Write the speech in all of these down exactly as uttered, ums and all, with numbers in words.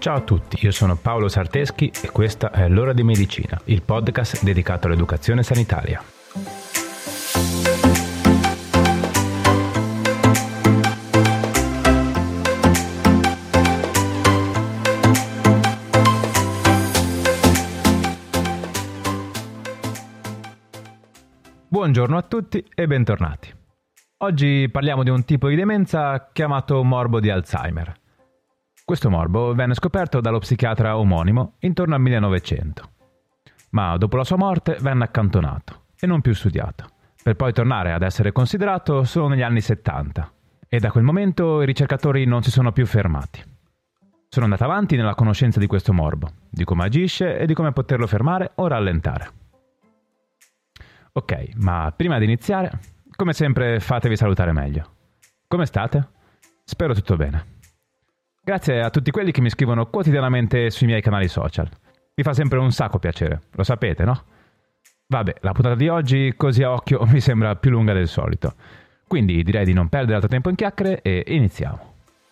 Ciao a tutti, io sono Paolo Sarteschi e questa è L'Ora di Medicina, il podcast dedicato all'educazione sanitaria. Buongiorno a tutti e bentornati. Oggi parliamo di un tipo di demenza chiamato morbo di Alzheimer. Questo morbo venne scoperto dallo psichiatra omonimo intorno al millenovecento, ma dopo la sua morte venne accantonato e non più studiato, per poi tornare ad essere considerato solo negli anni settanta, e da quel momento i ricercatori non si sono più fermati. Sono andati avanti nella conoscenza di questo morbo, di come agisce e di come poterlo fermare o rallentare. Ok, ma prima di iniziare, come sempre fatevi salutare meglio. Come state? Spero tutto bene. Grazie a tutti quelli che mi scrivono quotidianamente sui miei canali social. Mi fa sempre un sacco piacere, lo sapete, no? Vabbè, la puntata di oggi, così a occhio, mi sembra più lunga del solito. Quindi direi di non perdere altro tempo in chiacchiere e iniziamo.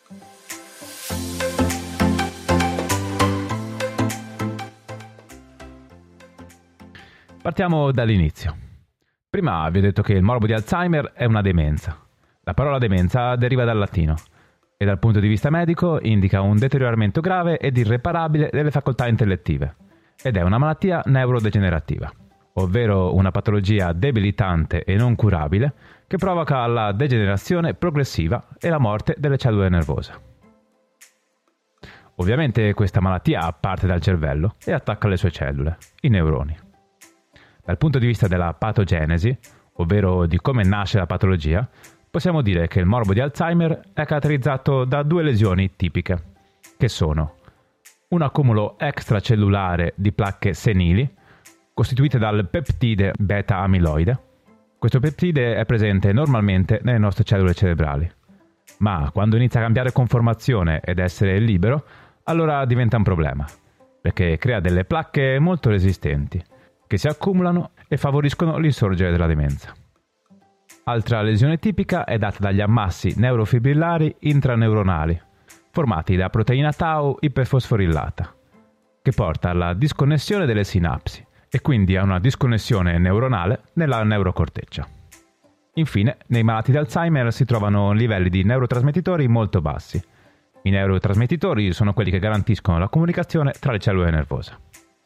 Partiamo dall'inizio. Prima vi ho detto che il morbo di Alzheimer è una demenza. La parola demenza deriva dal latino e dal punto di vista medico indica un deterioramento grave ed irreparabile delle facoltà intellettive ed è una malattia neurodegenerativa, ovvero una patologia debilitante e non curabile che provoca la degenerazione progressiva e la morte delle cellule nervose. Ovviamente questa malattia parte dal cervello e attacca le sue cellule, i neuroni. Dal punto di vista della patogenesi, ovvero di come nasce la patologia, possiamo dire che il morbo di Alzheimer è caratterizzato da due lesioni tipiche, che sono un accumulo extracellulare di placche senili, costituite dal peptide beta-amiloide. Questo peptide è presente normalmente nelle nostre cellule cerebrali, ma quando inizia a cambiare conformazione ed essere libero, allora diventa un problema, perché crea delle placche molto resistenti, che si accumulano e favoriscono l'insorgere della demenza. Altra lesione tipica è data dagli ammassi neurofibrillari intraneuronali, formati da proteina tau iperfosforillata, che porta alla disconnessione delle sinapsi e quindi a una disconnessione neuronale nella neurocorteccia. Infine, nei malati di Alzheimer si trovano livelli di neurotrasmettitori molto bassi. I neurotrasmettitori sono quelli che garantiscono la comunicazione tra le cellule nervose.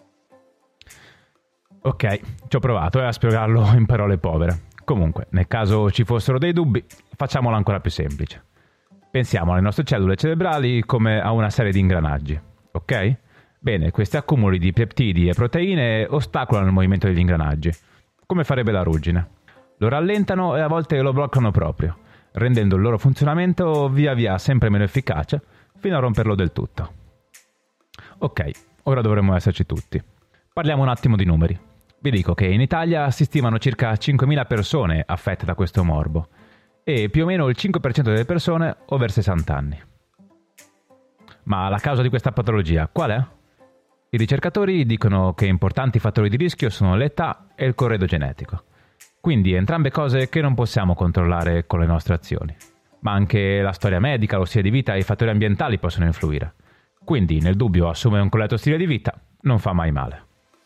Ok, ci ho provato eh, a spiegarlo in parole povere. Comunque, nel caso ci fossero dei dubbi, facciamolo ancora più semplice. Pensiamo alle nostre cellule cerebrali come a una serie di ingranaggi, ok? Bene, questi accumuli di peptidi e proteine ostacolano il movimento degli ingranaggi, come farebbe la ruggine. Lo rallentano e a volte lo bloccano proprio, rendendo il loro funzionamento via via sempre meno efficace, fino a romperlo del tutto. Ok, ora dovremmo esserci tutti. Parliamo un attimo di numeri. Vi dico che in Italia si stimano circa cinquemila persone affette da questo morbo e più o meno il cinque per cento delle persone over sessanta anni. Ma la causa di questa patologia qual è? I ricercatori dicono che importanti fattori di rischio sono l'età e il corredo genetico, quindi entrambe cose che non possiamo controllare con le nostre azioni. Ma anche la storia medica, lo stile di vita e i fattori ambientali possono influire. Quindi, nel dubbio, assumere un corretto stile di vita non fa mai male.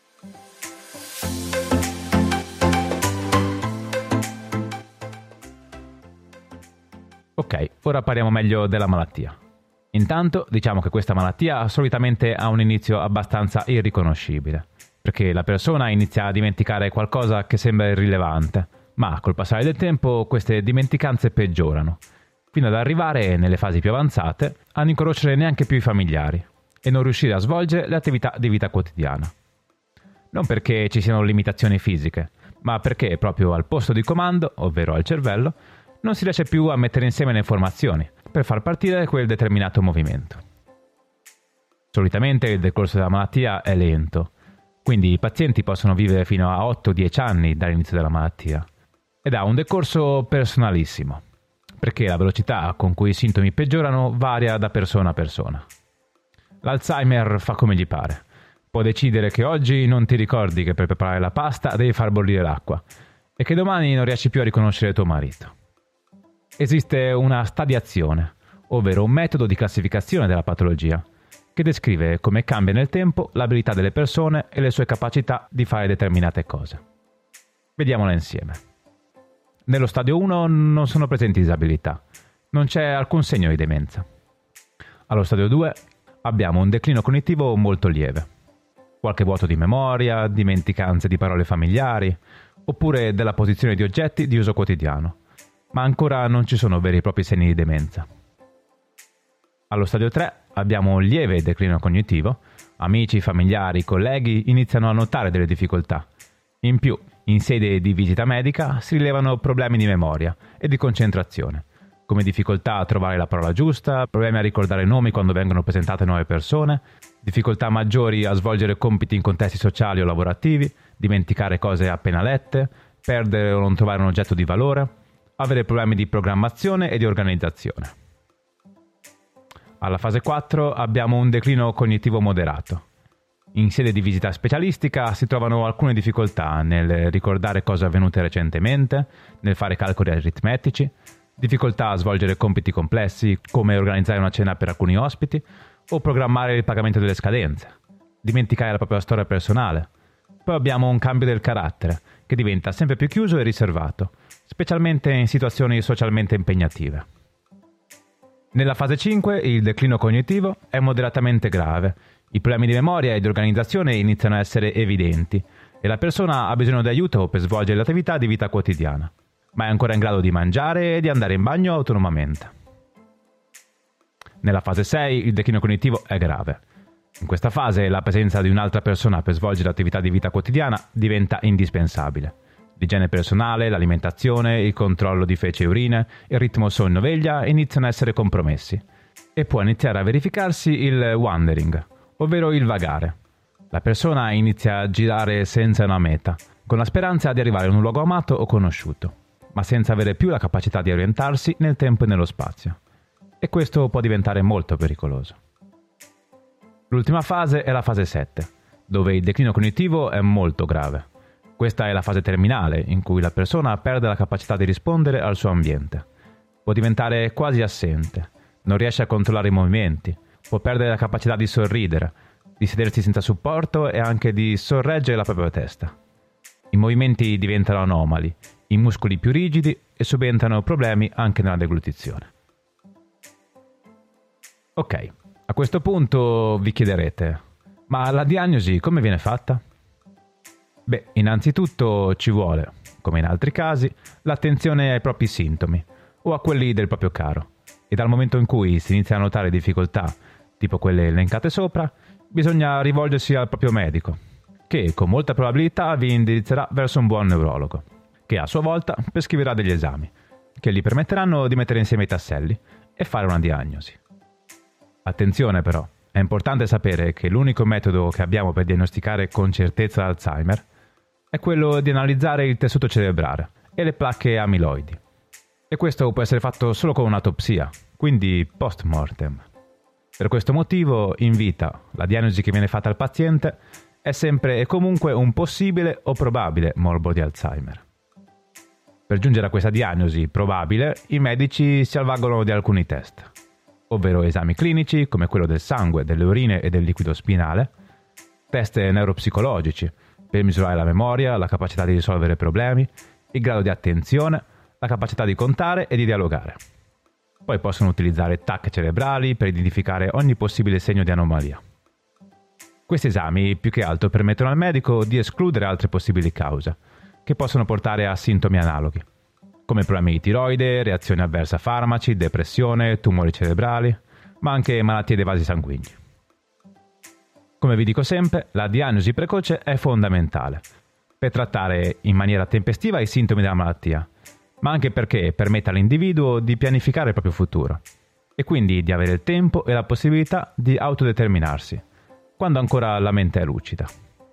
Ok, ora parliamo meglio della malattia. Intanto diciamo che questa malattia solitamente ha un inizio abbastanza irriconoscibile, perché la persona inizia a dimenticare qualcosa che sembra irrilevante, ma col passare del tempo queste dimenticanze peggiorano, fino ad arrivare, nelle fasi più avanzate, a non conoscere neanche più i familiari e non riuscire a svolgere le attività di vita quotidiana. Non perché ci siano limitazioni fisiche, ma perché proprio al posto di comando, ovvero al cervello, non si riesce più a mettere insieme le informazioni per far partire quel determinato movimento. Solitamente il decorso della malattia è lento, quindi i pazienti possono vivere fino a otto dieci anni dall'inizio della malattia ed ha un decorso personalissimo, perché la velocità con cui i sintomi peggiorano varia da persona a persona. L'Alzheimer fa come gli pare. Può decidere che oggi non ti ricordi che per preparare la pasta devi far bollire l'acqua e che domani non riesci più a riconoscere tuo marito. Esiste una stadiazione, ovvero un metodo di classificazione della patologia, che descrive come cambia nel tempo l'abilità delle persone e le sue capacità di fare determinate cose. Vediamola insieme. Nello stadio uno non sono presenti disabilità, non c'è alcun segno di demenza. Allo stadio due abbiamo un declino cognitivo molto lieve, qualche vuoto di memoria, dimenticanze di parole familiari, oppure della posizione di oggetti di uso quotidiano, ma ancora non ci sono veri e propri segni di demenza. Allo stadio tre abbiamo un lieve declino cognitivo, amici, familiari, colleghi iniziano a notare delle difficoltà. In più, in sede di visita medica si rilevano problemi di memoria e di concentrazione, come difficoltà a trovare la parola giusta, problemi a ricordare nomi quando vengono presentate nuove persone, difficoltà maggiori a svolgere compiti in contesti sociali o lavorativi, dimenticare cose appena lette, perdere o non trovare un oggetto di valore, avere problemi di programmazione e di organizzazione. Alla fase quattro abbiamo un declino cognitivo moderato. In sede di visita specialistica si trovano alcune difficoltà nel ricordare cose avvenute recentemente, nel fare calcoli aritmetici, difficoltà a svolgere compiti complessi come organizzare una cena per alcuni ospiti o programmare il pagamento delle scadenze, dimenticare la propria storia personale. Poi abbiamo un cambio del carattere che diventa sempre più chiuso e riservato, specialmente in situazioni socialmente impegnative. Nella fase cinque il declino cognitivo è moderatamente grave, i problemi di memoria e di organizzazione iniziano a essere evidenti e la persona ha bisogno di aiuto per svolgere l'attività di vita quotidiana, ma è ancora in grado di mangiare e di andare in bagno autonomamente. Nella fase sei il declino cognitivo è grave. In questa fase la presenza di un'altra persona per svolgere l'attività di vita quotidiana diventa indispensabile. L'igiene personale, l'alimentazione, il controllo di fece e urine, il ritmo sonno-veglia iniziano a essere compromessi e può iniziare a verificarsi il wandering, ovvero il vagare. La persona inizia a girare senza una meta, con la speranza di arrivare in un luogo amato o conosciuto, ma senza avere più la capacità di orientarsi nel tempo e nello spazio. E questo può diventare molto pericoloso. L'ultima fase è la fase sette, dove il declino cognitivo è molto grave. Questa è la fase terminale, in cui la persona perde la capacità di rispondere al suo ambiente. Può diventare quasi assente, non riesce a controllare i movimenti, può perdere la capacità di sorridere, di sedersi senza supporto e anche di sorreggere la propria testa. I movimenti diventano anomali, i muscoli più rigidi e subentrano problemi anche nella deglutizione. Ok, a questo punto vi chiederete, ma la diagnosi come viene fatta? Beh, innanzitutto ci vuole, come in altri casi, l'attenzione ai propri sintomi o a quelli del proprio caro e dal momento in cui si inizia a notare difficoltà, tipo quelle elencate sopra, bisogna rivolgersi al proprio medico, che con molta probabilità vi indirizzerà verso un buon neurologo, che a sua volta prescriverà degli esami, che gli permetteranno di mettere insieme i tasselli e fare una diagnosi. Attenzione però, è importante sapere che l'unico metodo che abbiamo per diagnosticare con certezza l'Alzheimer è quello di analizzare il tessuto cerebrale e le placche amiloidi. E questo può essere fatto solo con un'autopsia, quindi post mortem. Per questo motivo, in vita, la diagnosi che viene fatta al paziente è sempre e comunque un possibile o probabile morbo di Alzheimer. Per giungere a questa diagnosi probabile, i medici si avvalgono di alcuni test, ovvero esami clinici come quello del sangue, delle urine e del liquido spinale, test neuropsicologici per misurare la memoria, la capacità di risolvere problemi, il grado di attenzione, la capacità di contare e di dialogare. Poi possono utilizzare T A C cerebrali per identificare ogni possibile segno di anomalia. Questi esami più che altro permettono al medico di escludere altre possibili cause, che possono portare a sintomi analoghi, come problemi di tiroide, reazioni avverse a farmaci, depressione, tumori cerebrali, ma anche malattie dei vasi sanguigni. Come vi dico sempre, la diagnosi precoce è fondamentale per trattare in maniera tempestiva i sintomi della malattia, ma anche perché permette all'individuo di pianificare il proprio futuro e quindi di avere il tempo e la possibilità di autodeterminarsi, quando ancora la mente è lucida.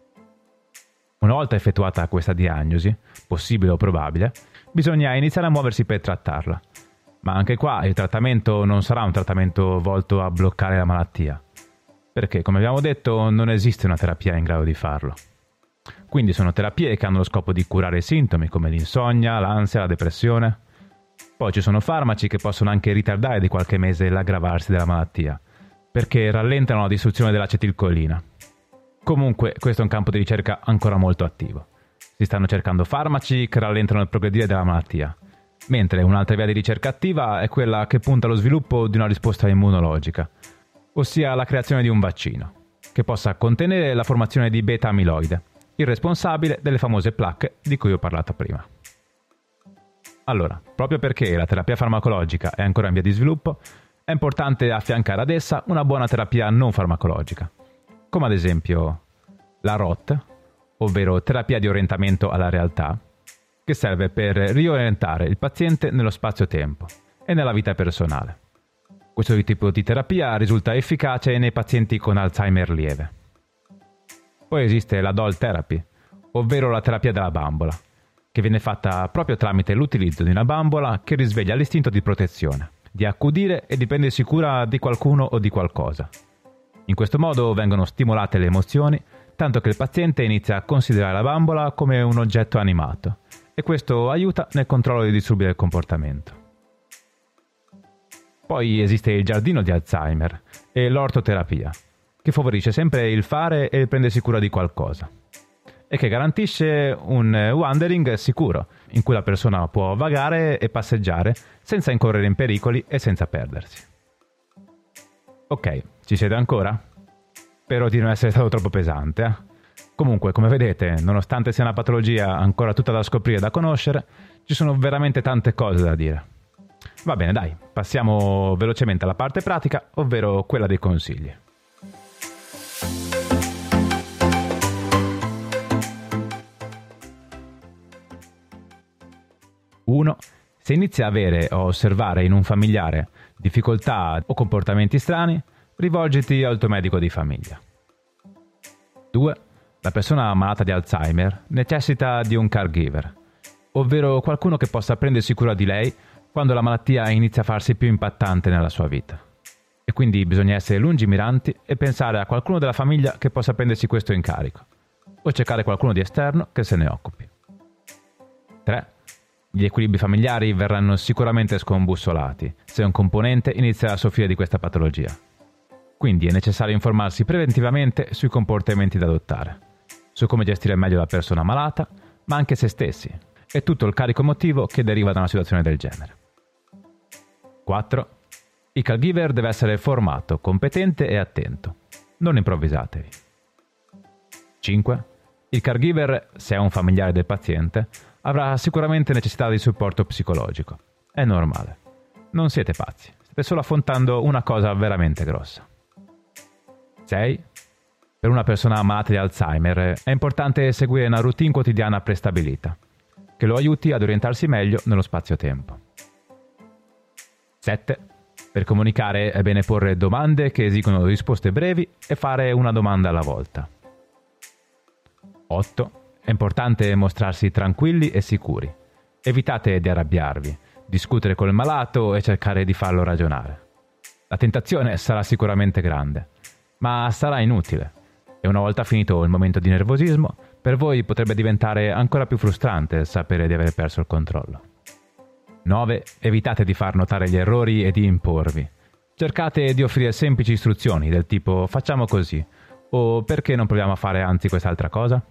Una volta effettuata questa diagnosi, possibile o probabile, bisogna iniziare a muoversi per trattarla. Ma anche qua il trattamento non sarà un trattamento volto a bloccare la malattia, perché, come abbiamo detto, non esiste una terapia in grado di farlo. Quindi sono terapie che hanno lo scopo di curare i sintomi come l'insonnia, l'ansia, la depressione. Poi ci sono farmaci che possono anche ritardare di qualche mese l'aggravarsi della malattia, perché rallentano la distruzione dell'acetilcolina. Comunque, questo è un campo di ricerca ancora molto attivo. Si stanno cercando farmaci che rallentano il progredire della malattia, mentre un'altra via di ricerca attiva è quella che punta allo sviluppo di una risposta immunologica, ossia la creazione di un vaccino, che possa contenere la formazione di beta-amiloide, il responsabile delle famose placche di cui ho parlato prima. Allora, proprio perché la terapia farmacologica è ancora in via di sviluppo, è importante affiancare ad essa una buona terapia non farmacologica, come ad esempio la R O T, ovvero terapia di orientamento alla realtà, che serve per riorientare il paziente nello spazio-tempo e nella vita personale. Questo tipo di terapia risulta efficace nei pazienti con Alzheimer lieve. Poi esiste la doll therapy, ovvero la terapia della bambola, che viene fatta proprio tramite l'utilizzo di una bambola che risveglia l'istinto di protezione, di accudire e di prendersi cura di qualcuno o di qualcosa. In questo modo vengono stimolate le emozioni, tanto che il paziente inizia a considerare la bambola come un oggetto animato, e questo aiuta nel controllo dei disturbi del comportamento. Poi esiste il giardino di Alzheimer e l'ortoterapia, che favorisce sempre il fare e il prendersi cura di qualcosa, e che garantisce un wandering sicuro, in cui la persona può vagare e passeggiare senza incorrere in pericoli e senza perdersi. Ok, ci siete ancora? Spero di non essere stato troppo pesante, eh? Comunque, come vedete, nonostante sia una patologia ancora tutta da scoprire e da conoscere, ci sono veramente tante cose da dire. Va bene, dai, passiamo velocemente alla parte pratica, ovvero quella dei consigli. uno. Se inizia a avere o osservare in un familiare difficoltà o comportamenti strani, rivolgiti al tuo medico di famiglia. due. La persona malata di Alzheimer necessita di un caregiver, ovvero qualcuno che possa prendersi cura di lei quando la malattia inizia a farsi più impattante nella sua vita. E quindi bisogna essere lungimiranti e pensare a qualcuno della famiglia che possa prendersi questo incarico, o cercare qualcuno di esterno che se ne occupi. tre. Gli equilibri familiari verranno sicuramente scombussolati se un componente inizia a soffrire di questa patologia. Quindi è necessario informarsi preventivamente sui comportamenti da adottare, su come gestire meglio la persona malata, ma anche se stessi, e tutto il carico emotivo che deriva da una situazione del genere. quattro. Il caregiver deve essere formato, competente e attento. Non improvvisatevi. cinque. Il caregiver, se è un familiare del paziente, avrà sicuramente necessità di supporto psicologico. È normale. Non siete pazzi, state solo affrontando una cosa veramente grossa. sei. Per una persona malata di Alzheimer è importante seguire una routine quotidiana prestabilita, che lo aiuti ad orientarsi meglio nello spazio-tempo. sette. Per comunicare è bene porre domande che esigono risposte brevi e fare una domanda alla volta. otto. È importante mostrarsi tranquilli e sicuri. Evitate di arrabbiarvi, discutere col malato e cercare di farlo ragionare. La tentazione sarà sicuramente grande, ma sarà inutile. E una volta finito il momento di nervosismo, per voi potrebbe diventare ancora più frustrante sapere di aver perso il controllo. nove. Evitate di far notare gli errori e di imporvi. Cercate di offrire semplici istruzioni del tipo facciamo così o perché non proviamo a fare anzi quest'altra cosa?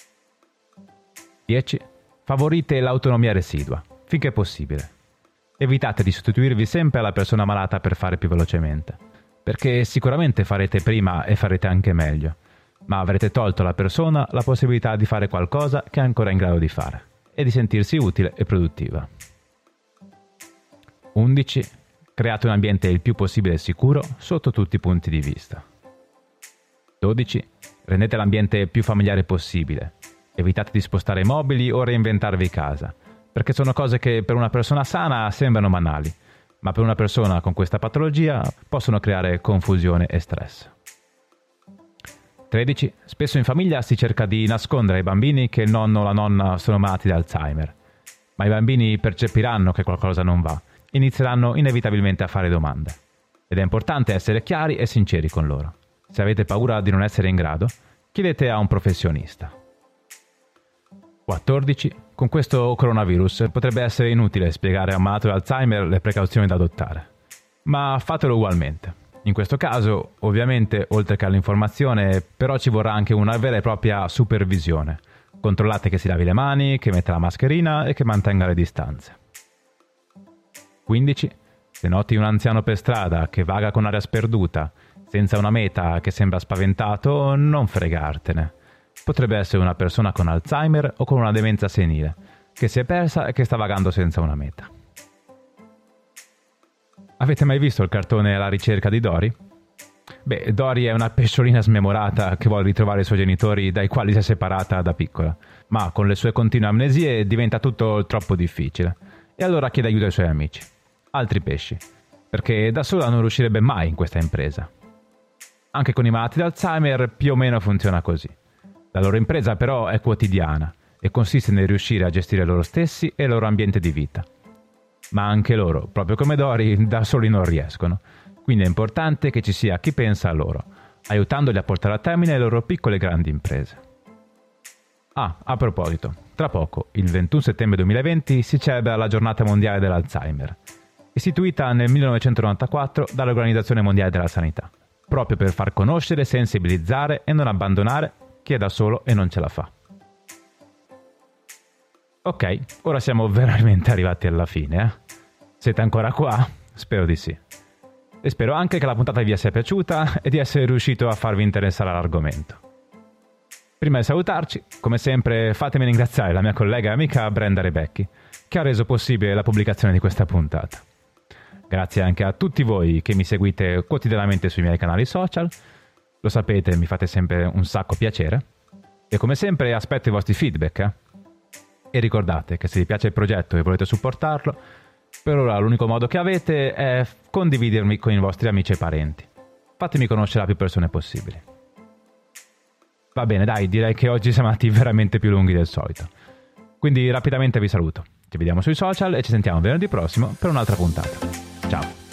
dieci. Favorite l'autonomia residua, finché possibile. Evitate di sostituirvi sempre alla persona malata per fare più velocemente, perché sicuramente farete prima e farete anche meglio, ma avrete tolto alla persona la possibilità di fare qualcosa che è ancora in grado di fare e di sentirsi utile e produttiva. undici. Create un ambiente il più possibile sicuro sotto tutti i punti di vista. dodici. Rendete l'ambiente più familiare possibile. Evitate di spostare mobili o reinventarvi casa, perché sono cose che per una persona sana sembrano banali, ma per una persona con questa patologia possono creare confusione e stress. tredici. Spesso in famiglia si cerca di nascondere ai bambini che il nonno o la nonna sono malati di Alzheimer, ma i bambini percepiranno che qualcosa non va e inizieranno inevitabilmente a fare domande. Ed è importante essere chiari e sinceri con loro. Se avete paura di non essere in grado, chiedete a un professionista. quattordici. Con questo coronavirus potrebbe essere inutile spiegare a un malato di Alzheimer le precauzioni da adottare, ma fatelo ugualmente. In questo caso, ovviamente, oltre che all'informazione, però ci vorrà anche una vera e propria supervisione. Controllate che si lavi le mani, che metta la mascherina e che mantenga le distanze. quindici. Se noti un anziano per strada che vaga con aria sperduta, senza una meta, che sembra spaventato, non fregartene. Potrebbe essere una persona con Alzheimer o con una demenza senile, che si è persa e che sta vagando senza una meta. Avete mai visto il cartone Alla ricerca di Dory? Beh, Dory è una pesciolina smemorata che vuole ritrovare i suoi genitori dai quali si è separata da piccola, ma con le sue continue amnesie diventa tutto troppo difficile e allora chiede aiuto ai suoi amici, altri pesci, perché da sola non riuscirebbe mai in questa impresa. Anche con i malati di Alzheimer più o meno funziona così. La loro impresa però è quotidiana e consiste nel riuscire a gestire loro stessi e il loro ambiente di vita. Ma anche loro, proprio come Dory, da soli non riescono. Quindi è importante che ci sia chi pensa a loro, aiutandoli a portare a termine le loro piccole e grandi imprese. Ah, a proposito, tra poco, il ventuno settembre duemilaventi, si celebra la Giornata Mondiale dell'Alzheimer, istituita nel millenovecentonovantaquattro dall'Organizzazione Mondiale della Sanità, proprio per far conoscere, sensibilizzare e non abbandonare chi è da solo e non ce la fa. Ok, ora siamo veramente arrivati alla fine, eh? Siete ancora qua? Spero di sì. E spero anche che la puntata vi sia piaciuta e di essere riuscito a farvi interessare all'argomento. Prima di salutarci, come sempre, fatemi ringraziare la mia collega e amica Brenda Rebecchi, che ha reso possibile la pubblicazione di questa puntata. Grazie anche a tutti voi che mi seguite quotidianamente sui miei canali social. Lo sapete, mi fate sempre un sacco piacere. E come sempre aspetto i vostri feedback, eh? E ricordate che se vi piace il progetto e volete supportarlo, per ora l'unico modo che avete è condividermi con i vostri amici e parenti. Fatemi conoscere a più persone possibili. Va bene, dai, direi che oggi siamo andati veramente più lunghi del solito. Quindi rapidamente vi saluto. Ci vediamo sui social e ci sentiamo venerdì prossimo per un'altra puntata. Ciao!